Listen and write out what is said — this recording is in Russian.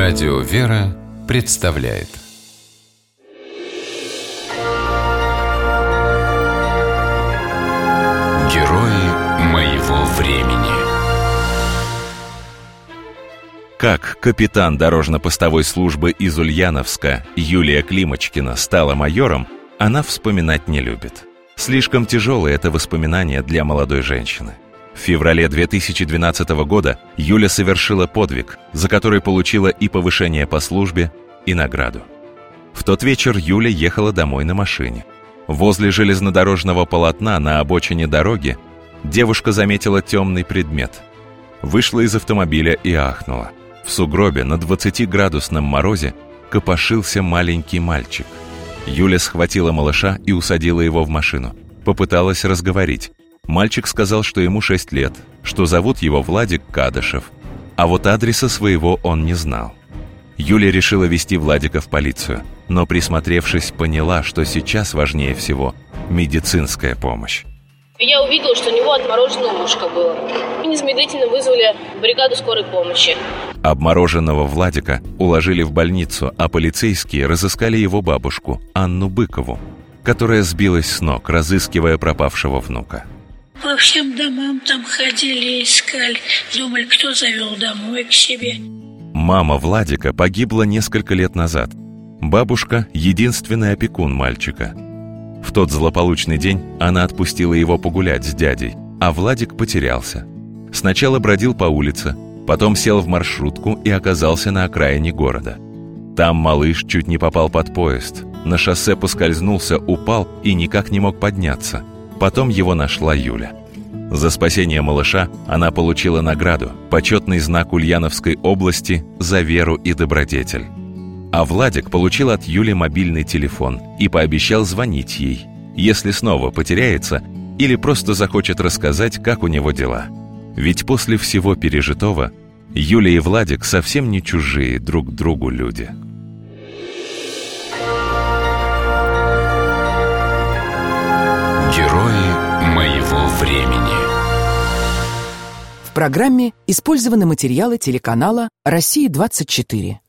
Радио «Вера» представляет Герои моего времени. Как капитан дорожно-постовой службы из Ульяновска Юлия Климочкина стала майором, она вспоминать не любит. Слишком тяжелое это воспоминание для молодой женщины. В феврале 2012 года Юля совершила подвиг, за который получила и повышение по службе, и награду. В тот вечер Юля ехала домой на машине. Возле железнодорожного полотна на обочине дороги девушка заметила темный предмет. Вышла из автомобиля и ахнула. В сугробе на 20-градусном морозе копошился маленький мальчик. Юля схватила малыша и усадила его в машину. Попыталась разговорить. Мальчик сказал, что ему 6 лет, что зовут его Владик Кадышев, а вот адреса своего он не знал. Юля решила везти Владика в полицию, но, присмотревшись, поняла, что сейчас важнее всего медицинская помощь. Я увидела, что у него отмороженное ушко было. И незамедлительно вызвали бригаду скорой помощи. Обмороженного Владика уложили в больницу, а полицейские разыскали его бабушку, Анну Быкову, которая сбилась с ног, разыскивая пропавшего внука. По всем домам там ходили, искали, думали, кто завел домой к себе. Мама Владика погибла несколько лет назад. Бабушка — единственный опекун мальчика. В тот злополучный день она отпустила его погулять с дядей, а Владик потерялся. Сначала бродил по улице, потом сел в маршрутку и оказался на окраине города. Там малыш чуть не попал под поезд. На шоссе поскользнулся, упал и никак не мог подняться. Потом его нашла Юля. За спасение малыша она получила награду, почетный знак Ульяновской области за веру и добродетель. А Владик получил от Юли мобильный телефон и пообещал звонить ей, если снова потеряется или просто захочет рассказать, как у него дела. Ведь после всего пережитого Юля и Владик совсем не чужие друг другу люди. Герои моего времени. В программе использованы материалы телеканала «Россия-24».